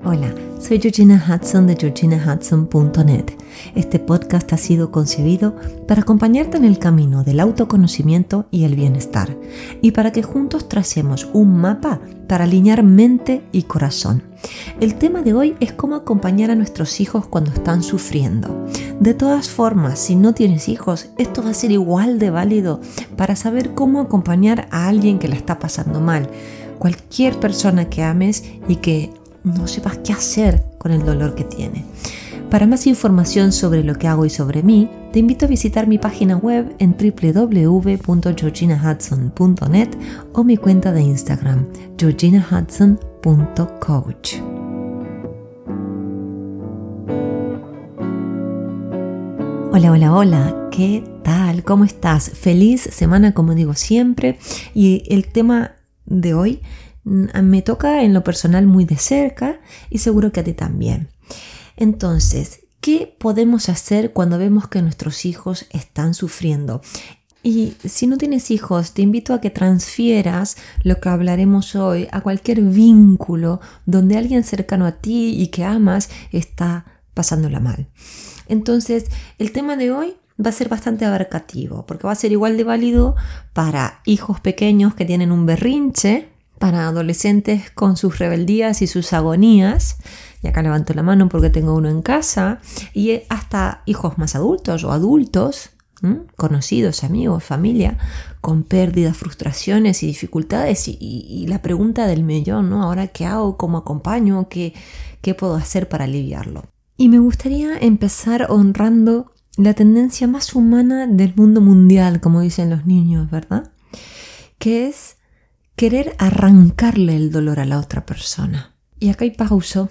Hola, soy Georgina Hudson de georginahudson.net. Este podcast ha sido concebido para acompañarte en el camino del autoconocimiento y el bienestar y para que juntos tracemos un mapa para alinear mente y corazón. El tema de hoy es cómo acompañar a nuestros hijos cuando están sufriendo. De todas formas, si no tienes hijos, esto va a ser igual de válido para saber cómo acompañar a alguien que la está pasando mal. Cualquier persona que ames y que no sepas qué hacer con el dolor que tiene. Para más información sobre lo que hago y sobre mí, te invito a visitar mi página web en www.georginahudson.net o mi cuenta de Instagram, georginahudson.coach. Hola, ¿qué tal? ¿Cómo estás? Feliz semana, como digo siempre, y el tema de hoy me toca en lo personal muy de cerca y seguro que a ti también. Entonces, ¿qué podemos hacer cuando vemos que nuestros hijos están sufriendo? Y si no tienes hijos, te invito a que transfieras lo que hablaremos hoy a cualquier vínculo donde alguien cercano a ti y que amas está pasándola mal. Entonces, el tema de hoy va a ser bastante abarcativo porque va a ser igual de válido para hijos pequeños que tienen un berrinche, para adolescentes con sus rebeldías y sus agonías, y acá levanto la mano porque tengo uno en casa, y hasta hijos más adultos o adultos, conocidos, amigos, familia, con pérdidas, frustraciones y dificultades, y la pregunta del millón, ¿no? ¿Ahora qué hago? ¿Cómo acompaño? ¿Qué puedo hacer para aliviarlo? Y me gustaría empezar honrando la tendencia más humana del mundo mundial, como dicen los niños, ¿verdad? Que es querer arrancarle el dolor a la otra persona. Y acá hay pausa,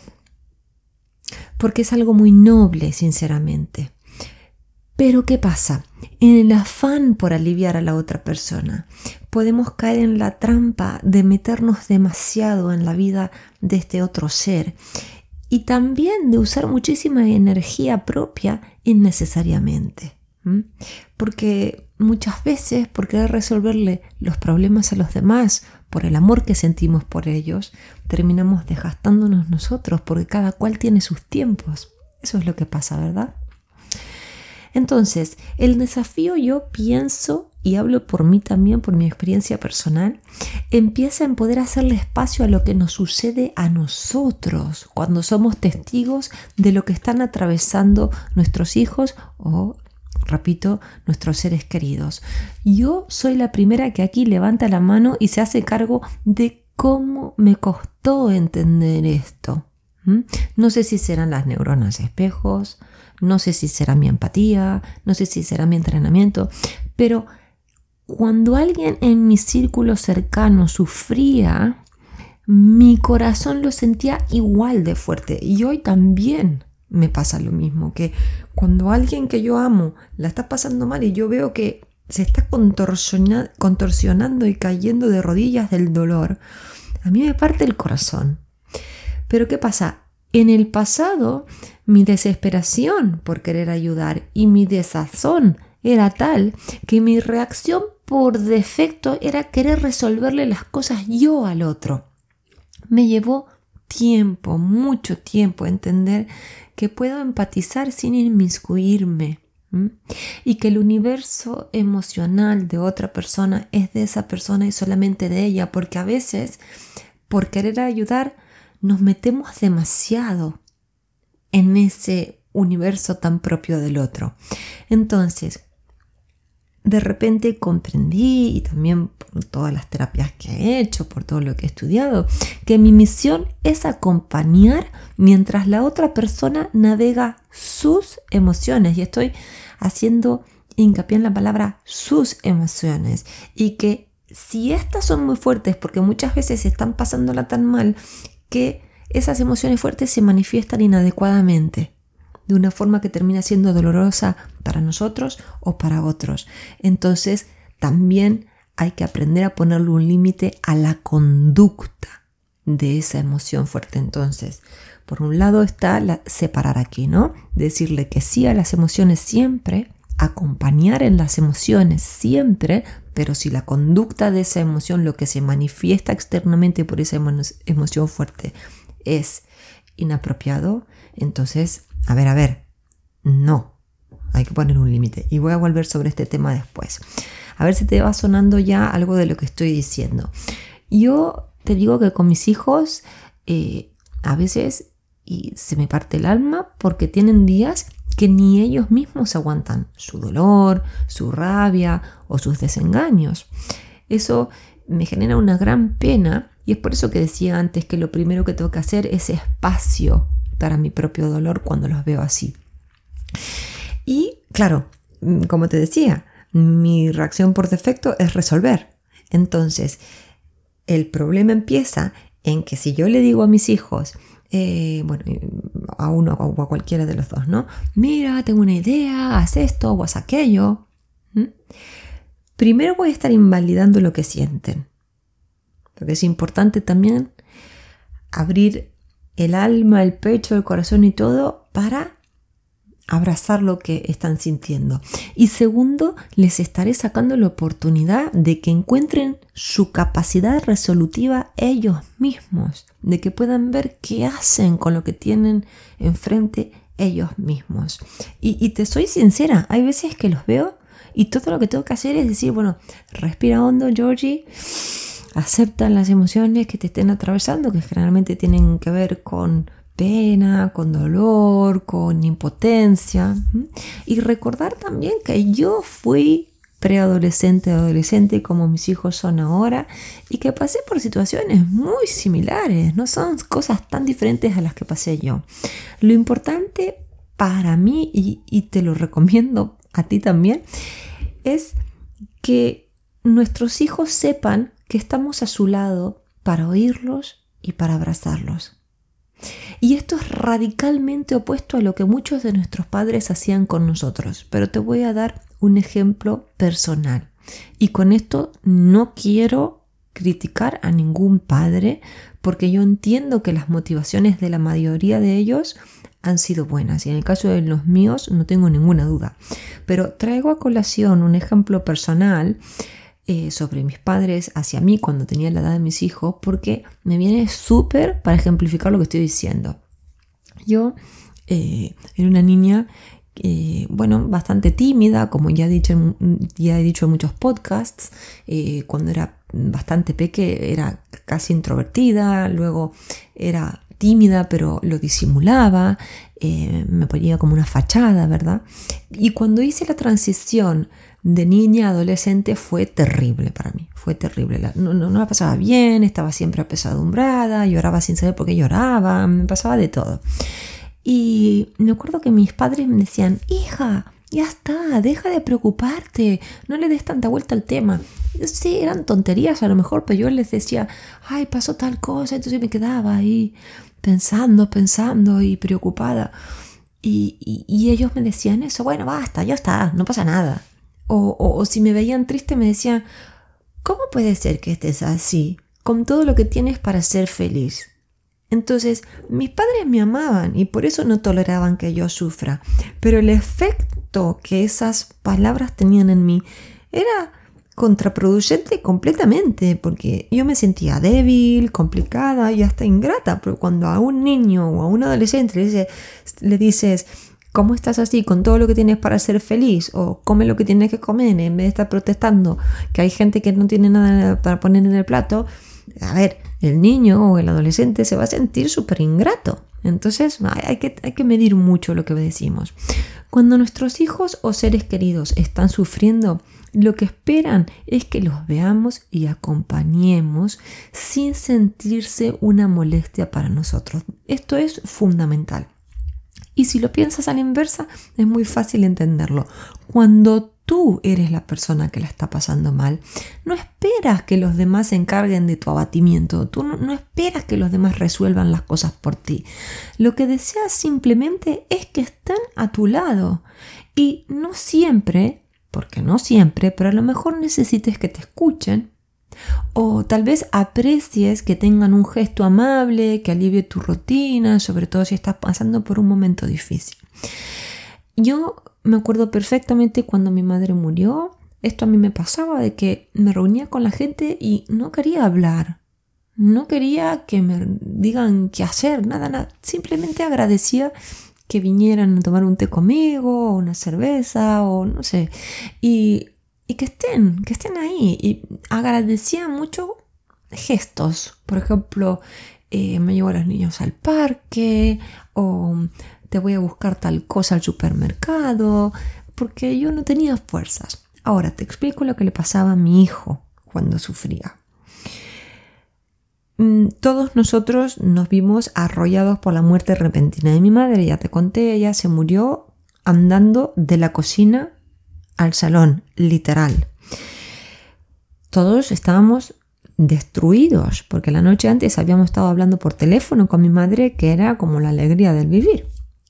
porque es algo muy noble, sinceramente. Pero ¿qué pasa? En el afán por aliviar a la otra persona, podemos caer en la trampa de meternos demasiado en la vida de este otro ser y también de usar muchísima energía propia innecesariamente. Porque muchas veces, por querer resolverle los problemas a los demás, por el amor que sentimos por ellos, terminamos desgastándonos nosotros, porque cada cual tiene sus tiempos. Eso es lo que pasa, ¿verdad? Entonces, el desafío, yo pienso, y hablo por mí también, por mi experiencia personal, empieza en poder hacerle espacio a lo que nos sucede a nosotros cuando somos testigos de lo que están atravesando nuestros hijos o, repito, nuestros seres queridos. Yo soy la primera que aquí levanta la mano y se hace cargo de cómo me costó entender esto. No sé si serán las neuronas espejos, no sé si será mi empatía, no sé si será mi entrenamiento, pero cuando alguien en mi círculo cercano sufría, mi corazón lo sentía igual de fuerte. Y hoy también me pasa lo mismo, que cuando alguien que yo amo la está pasando mal y yo veo que se está contorsionando y cayendo de rodillas del dolor, a mí me parte el corazón. Pero ¿qué pasa? En el pasado, mi desesperación por querer ayudar y mi desazón era tal que mi reacción por defecto era querer resolverle las cosas yo al otro. Me llevó tiempo, mucho tiempo, entender que puedo empatizar sin inmiscuirme y que el universo emocional de otra persona es de esa persona y solamente de ella, porque a veces, por querer ayudar, nos metemos demasiado en ese universo tan propio del otro. Entonces, de repente comprendí, y también por todas las terapias que he hecho, por todo lo que he estudiado, que mi misión es acompañar mientras la otra persona navega sus emociones. Y estoy haciendo hincapié en la palabra sus emociones. Y que si estas son muy fuertes, porque muchas veces están pasándola tan mal, que esas emociones fuertes se manifiestan inadecuadamente, de una forma que termina siendo dolorosa para nosotros o para otros. Entonces, también hay que aprender a ponerle un límite a la conducta de esa emoción fuerte. Entonces, por un lado está separar aquí, ¿no? Decirle que sí a las emociones siempre, acompañar en las emociones siempre, pero si la conducta de esa emoción, lo que se manifiesta externamente por esa emoción fuerte, es inapropiado, entonces, a ver, no, hay que poner un límite. Y voy a volver sobre este tema después. A ver si te va sonando ya algo de lo que estoy diciendo. Yo te digo que con mis hijos a veces se me parte el alma porque tienen días que ni ellos mismos aguantan su dolor, su rabia o sus desengaños. Eso me genera una gran pena y es por eso que decía antes que lo primero que tengo que hacer es espacio para mi propio dolor cuando los veo así. Y claro, como te decía, mi reacción por defecto es resolver. Entonces, el problema empieza en que si yo le digo a mis hijos, a uno o a cualquiera de los dos, ¿no? Mira, tengo una idea, haz esto o haz aquello. Primero voy a estar invalidando lo que sienten. Porque es importante también abrir el alma, el pecho, el corazón y todo para abrazar lo que están sintiendo. Y segundo, les estaré sacando la oportunidad de que encuentren su capacidad resolutiva ellos mismos, de que puedan ver qué hacen con lo que tienen enfrente ellos mismos. Y te soy sincera, hay veces que los veo y todo lo que tengo que hacer es decir, bueno, respira hondo, Georgie, acepta las emociones que te estén atravesando, que generalmente tienen que ver con pena, con dolor, con impotencia. Y recordar también que yo fui preadolescente, adolescente como mis hijos son ahora y que pasé por situaciones muy similares, no son cosas tan diferentes a las que pasé yo. Lo importante para mí, y te lo recomiendo a ti también, es que nuestros hijos sepan que estamos a su lado para oírlos y para abrazarlos. Y esto es radicalmente opuesto a lo que muchos de nuestros padres hacían con nosotros. Pero te voy a dar un ejemplo personal. Y con esto no quiero criticar a ningún padre porque yo entiendo que las motivaciones de la mayoría de ellos han sido buenas. Y en el caso de los míos no tengo ninguna duda. Pero traigo a colación un ejemplo personal sobre mis padres hacia mí cuando tenía la edad de mis hijos porque me viene súper para ejemplificar lo que estoy diciendo. Yo era una niña bastante tímida, como ya he dicho en muchos podcasts. Cuando era bastante pequeña era casi introvertida, luego era tímida pero lo disimulaba, me ponía como una fachada, ¿verdad? Y cuando hice la transición de niña a adolescente fue terrible para mí, fue terrible. No la pasaba bien, estaba siempre apesadumbrada, lloraba sin saber por qué lloraba, me pasaba de todo. Y me acuerdo que mis padres me decían, hija, ya está, deja de preocuparte, no le des tanta vuelta al tema. Sí, eran tonterías a lo mejor, pero yo les decía, ay, pasó tal cosa, entonces me quedaba ahí pensando y preocupada. Y ellos me decían eso, bueno, basta, ya está, no pasa nada. O si me veían triste me decían, ¿cómo puede ser que estés así, con todo lo que tienes para ser feliz? Entonces, mis padres me amaban y por eso no toleraban que yo sufra. Pero el efecto que esas palabras tenían en mí era contraproducente completamente, porque yo me sentía débil, complicada y hasta ingrata. Pero cuando a un niño o a un adolescente le dices, ¿cómo estás así con todo lo que tienes para ser feliz? O come lo que tienes que comer en vez de estar protestando que hay gente que no tiene nada para poner en el plato. A ver, el niño o el adolescente se va a sentir súper ingrato. Entonces hay que medir mucho lo que decimos. Cuando nuestros hijos o seres queridos están sufriendo, lo que esperan es que los veamos y acompañemos sin sentirse una molestia para nosotros. Esto es fundamental. Y si lo piensas a la inversa, es muy fácil entenderlo. Cuando tú eres la persona que la está pasando mal, no esperas que los demás se encarguen de tu abatimiento. Tú no esperas que los demás resuelvan las cosas por ti. Lo que deseas simplemente es que estén a tu lado. Y no siempre, porque no siempre, pero a lo mejor necesites que te escuchen. O tal vez aprecies que tengan un gesto amable, que alivie tu rutina, sobre todo si estás pasando por un momento difícil. Yo me acuerdo perfectamente cuando mi madre murió, esto a mí me pasaba de que me reunía con la gente y no quería hablar. No quería que me digan qué hacer, nada. Simplemente agradecía que vinieran a tomar un té conmigo, o una cerveza, o no sé. Y que estén ahí. Y agradecía mucho gestos. Por ejemplo, me llevo a los niños al parque, o te voy a buscar tal cosa al supermercado, porque yo no tenía fuerzas. Ahora te explico lo que le pasaba a mi hijo cuando sufría. Todos nosotros nos vimos arrollados por la muerte repentina de mi madre. Ya te conté, ella se murió andando de la cocina al salón, literal. Todos estábamos destruidos, porque la noche antes habíamos estado hablando por teléfono con mi madre, que era como la alegría del vivir.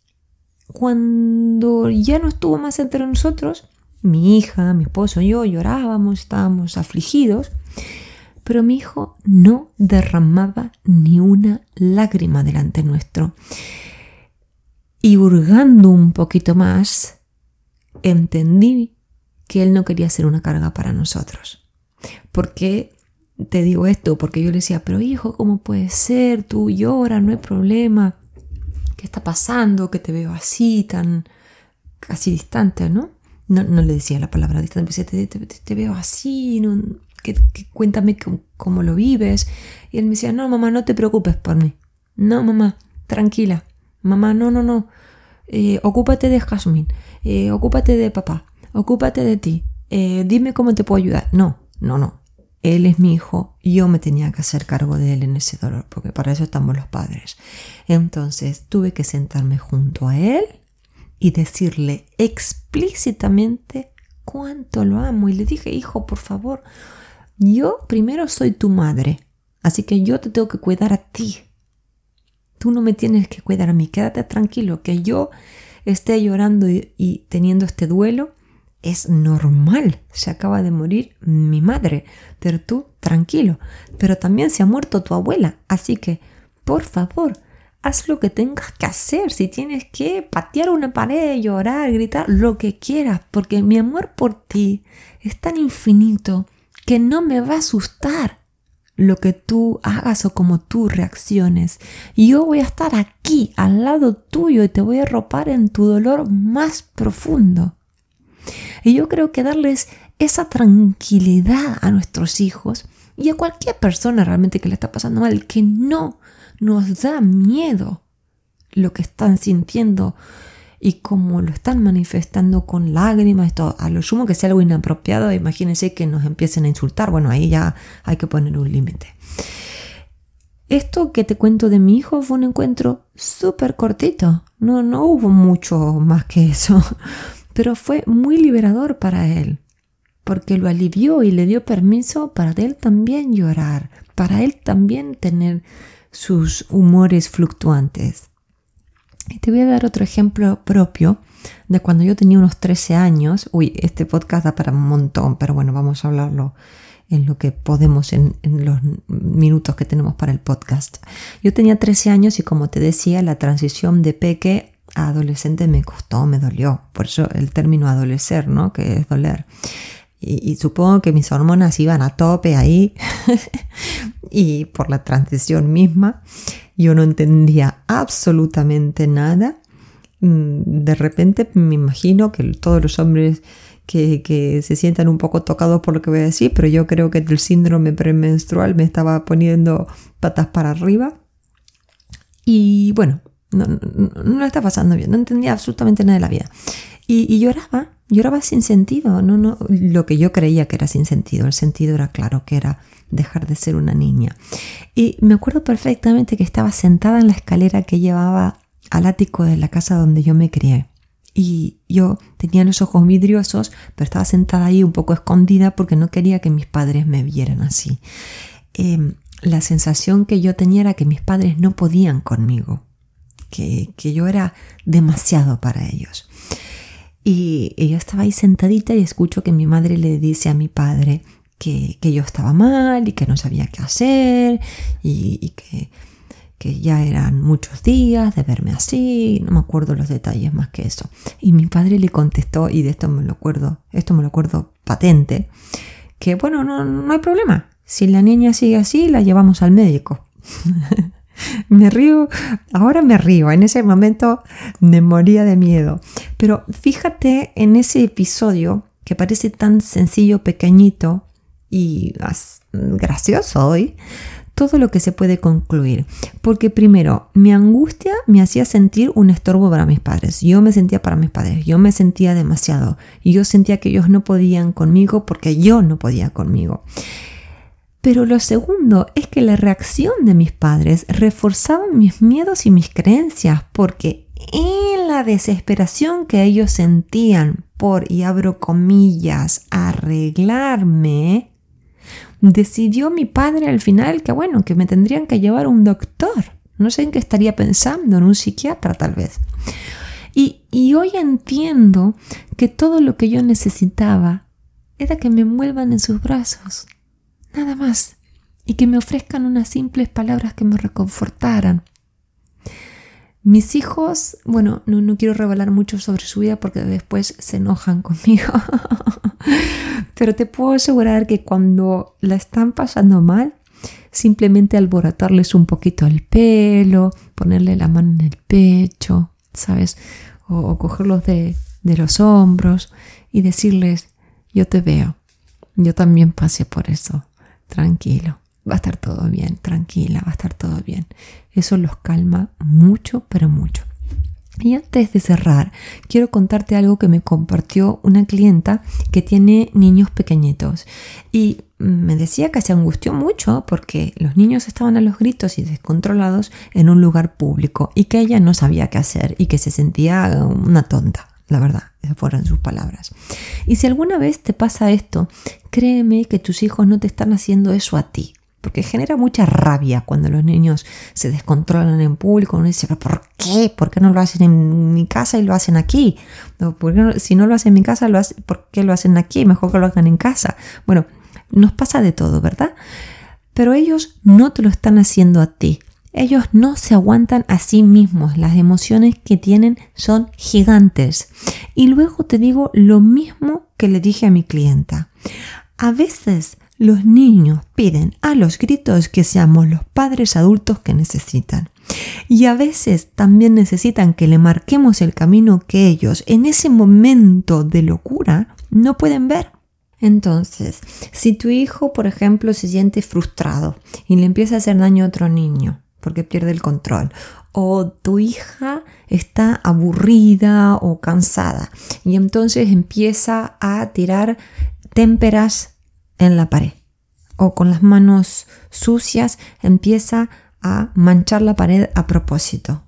Cuando ya no estuvo más entre nosotros, mi hija, mi esposo y yo llorábamos, estábamos afligidos, pero mi hijo no derramaba ni una lágrima delante nuestro. Y hurgando un poquito más, entendí que él no quería ser una carga para nosotros. ¿Por qué te digo esto? Porque yo le decía, pero hijo, ¿cómo puede ser? Tú lloras, no hay problema. ¿Qué está pasando? Que te veo así, tan casi distante, ¿no? No le decía la palabra distante, te veo así, no, que cuéntame cómo lo vives. Y él me decía, no, mamá, no te preocupes por mí. No, mamá, tranquila. Mamá, no. Ocúpate de Jazmín. Ocúpate de papá. Ocúpate de ti. Dime cómo te puedo ayudar. No. Él es mi hijo. Yo me tenía que hacer cargo de él en ese dolor, porque para eso estamos los padres. Entonces tuve que sentarme junto a él y decirle explícitamente cuánto lo amo. Y le dije, hijo, por favor, yo primero soy tu madre, así que yo te tengo que cuidar a ti. Tú no me tienes que cuidar a mí. Quédate tranquilo, que yo esté llorando y teniendo este duelo es normal. Se acaba de morir mi madre, pero tú tranquilo. Pero también se ha muerto tu abuela, así que por favor, haz lo que tengas que hacer. Si tienes que patear una pared, llorar, gritar, lo que quieras, porque mi amor por ti es tan infinito que no me va a asustar lo que tú hagas o cómo tú reacciones. Y yo voy a estar aquí al lado tuyo y te voy a arropar en tu dolor más profundo. Y yo creo que darles esa tranquilidad a nuestros hijos y a cualquier persona realmente que le está pasando mal, que no nos da miedo lo que están sintiendo y cómo lo están manifestando con lágrimas, esto, a lo sumo que sea algo inapropiado, imagínense que nos empiecen a insultar, bueno, ahí ya hay que poner un límite. Esto que te cuento de mi hijo fue un encuentro súper cortito, no hubo mucho más que eso, pero fue muy liberador para él, porque lo alivió y le dio permiso para él también llorar, para él también tener sus humores fluctuantes. Y te voy a dar otro ejemplo propio de cuando yo tenía unos 13 años. Este podcast da para un montón, pero bueno, vamos a hablarlo en lo que podemos en los minutos que tenemos para el podcast. Yo tenía 13 años y como te decía, la transición de peque a adolescente me costó, me dolió. Por eso el término adolecer, ¿no? Que es doler. Y supongo que mis hormonas iban a tope ahí y por la transición misma yo no entendía absolutamente nada. De repente me imagino que todos los hombres que se sientan un poco tocados por lo que voy a decir, pero yo creo que el síndrome premenstrual me estaba poniendo patas para arriba y bueno, no la estaba pasando bien, no entendía absolutamente nada de la vida y lloraba sin sentido, no, lo que yo creía que era sin sentido, el sentido era claro, que era dejar de ser una niña. Y me acuerdo perfectamente que estaba sentada en la escalera que llevaba al ático de la casa donde yo me crié. Y yo tenía los ojos vidriosos, pero estaba sentada ahí un poco escondida porque no quería que mis padres me vieran así. La sensación que yo tenía era que mis padres no podían conmigo, que yo era demasiado para ellos. Y yo estaba ahí sentadita y escucho que mi madre le dice a mi padre que yo estaba mal y que no sabía qué hacer y que ya eran muchos días de verme así, no me acuerdo los detalles más que eso. Y mi padre le contestó, y de esto me lo acuerdo patente, que bueno, no hay problema. Si la niña sigue así, la llevamos al médico. Ahora me río, en ese momento me moría de miedo. Pero fíjate en ese episodio que parece tan sencillo, pequeñito y gracioso hoy, todo lo que se puede concluir. Porque primero, mi angustia me hacía sentir un estorbo para mis padres. Yo me sentía para mis padres, yo me sentía demasiado. Y yo sentía que ellos no podían conmigo porque yo no podía conmigo. Pero lo segundo es que la reacción de mis padres reforzaba mis miedos y mis creencias, porque en la desesperación que ellos sentían por, y abro comillas, arreglarme, decidió mi padre al final que me tendrían que llevar a un doctor. No sé en qué estaría pensando, en un psiquiatra tal vez. Y hoy entiendo que todo lo que yo necesitaba era que me envuelvan en sus brazos. Nada más. Y que me ofrezcan unas simples palabras que me reconfortaran. Mis hijos, no quiero revelar mucho sobre su vida porque después se enojan conmigo. Pero te puedo asegurar que cuando la están pasando mal, simplemente alborotarles un poquito el pelo, ponerle la mano en el pecho, ¿sabes? O cogerlos de los hombros y decirles, yo te veo, yo también pasé por eso. Tranquilo, va a estar todo bien, tranquila, va a estar todo bien. Eso los calma mucho, pero mucho. Y antes de cerrar, quiero contarte algo que me compartió una clienta que tiene niños pequeñitos. Y me decía que se angustió mucho porque los niños estaban a los gritos y descontrolados en un lugar público y que ella no sabía qué hacer y que se sentía una tonta. La verdad, esas fueron sus palabras. Y si alguna vez te pasa esto, créeme que tus hijos no te están haciendo eso a ti. Porque genera mucha rabia cuando los niños se descontrolan en público. Uno dice, ¿pero por qué? ¿Por qué no lo hacen en mi casa y lo hacen aquí? ¿Por qué no, si no lo hacen en mi casa, ¿por qué lo hacen aquí? Mejor que lo hagan en casa. Bueno, nos pasa de todo, ¿verdad? Pero ellos no te lo están haciendo a ti. Ellos no se aguantan a sí mismos. Las emociones que tienen son gigantes. Y luego te digo lo mismo que le dije a mi clienta. A veces los niños piden a los gritos que seamos los padres adultos que necesitan. Y a veces también necesitan que le marquemos el camino que ellos en ese momento de locura no pueden ver. Entonces, si tu hijo, por ejemplo, se siente frustrado y le empieza a hacer daño a otro niño, porque pierde el control, o tu hija está aburrida o cansada y entonces empieza a tirar témperas en la pared o con las manos sucias empieza a manchar la pared a propósito.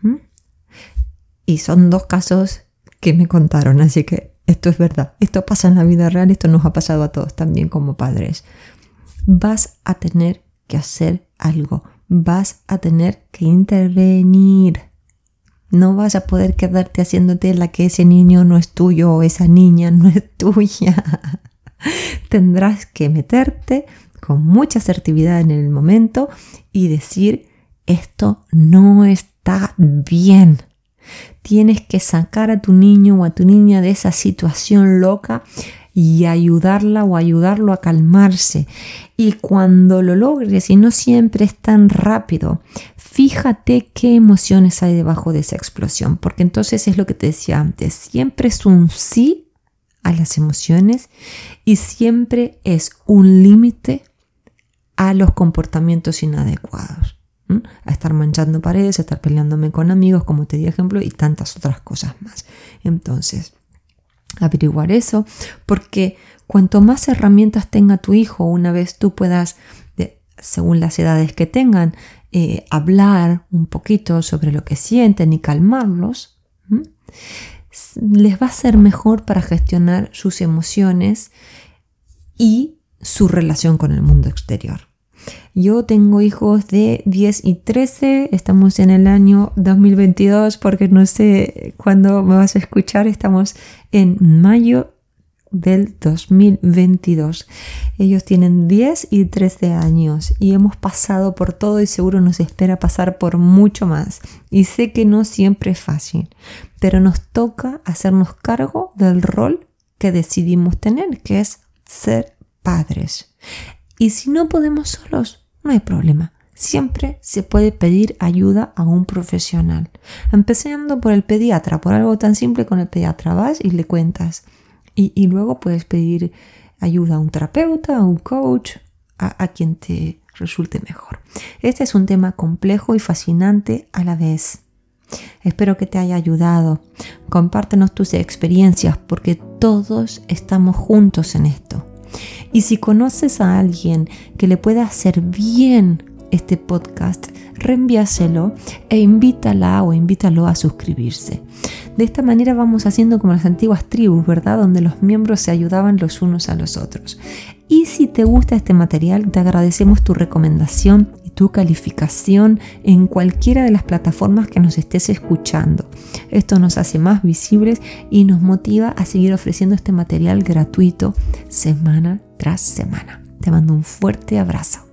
Y son 2 casos que me contaron, así que esto es verdad, esto pasa en la vida real, esto nos ha pasado a todos también como padres. Vas a tener que hacer algo. Vas a tener que intervenir. No vas a poder quedarte haciéndote la que ese niño no es tuyo o esa niña no es tuya. Tendrás que meterte con mucha asertividad en el momento y decir, esto no está bien. Tienes que sacar a tu niño o a tu niña de esa situación loca y ayudarla o ayudarlo a calmarse. Y cuando lo logres, y no siempre es tan rápido, fíjate qué emociones hay debajo de esa explosión, porque entonces es lo que te decía antes, siempre es un sí a las emociones y siempre es un límite a los comportamientos inadecuados. A estar manchando paredes, a estar peleándome con amigos, como te di ejemplo, y tantas otras cosas más. Entonces, averiguar eso, porque cuanto más herramientas tenga tu hijo, una vez tú puedas, según las edades que tengan, hablar un poquito sobre lo que sienten y calmarlos, les va a ser mejor para gestionar sus emociones y su relación con el mundo exterior. Yo tengo hijos de 10 y 13, estamos en el año 2022 porque no sé cuándo me vas a escuchar, estamos en mayo del 2022. Ellos tienen 10 y 13 años y hemos pasado por todo y seguro nos espera pasar por mucho más. Y sé que no siempre es fácil, pero nos toca hacernos cargo del rol que decidimos tener, que es ser padres. Y si no podemos solos, no hay problema. Siempre se puede pedir ayuda a un profesional. Empezando por el pediatra, por algo tan simple con el pediatra. Vas y le cuentas. Y luego puedes pedir ayuda a un terapeuta, a un coach, a quien te resulte mejor. Este es un tema complejo y fascinante a la vez. Espero que te haya ayudado. Compártenos tus experiencias porque todos estamos juntos en esto. Y si conoces a alguien que le pueda hacer bien este podcast, reenvíaselo e invítala o invítalo a suscribirse. De esta manera vamos haciendo como las antiguas tribus, ¿verdad? Donde los miembros se ayudaban los unos a los otros. Y si te gusta este material, te agradecemos tu recomendación y tu calificación en cualquiera de las plataformas que nos estés escuchando. Esto nos hace más visibles y nos motiva a seguir ofreciendo este material gratuito semana tras semana. Te mando un fuerte abrazo.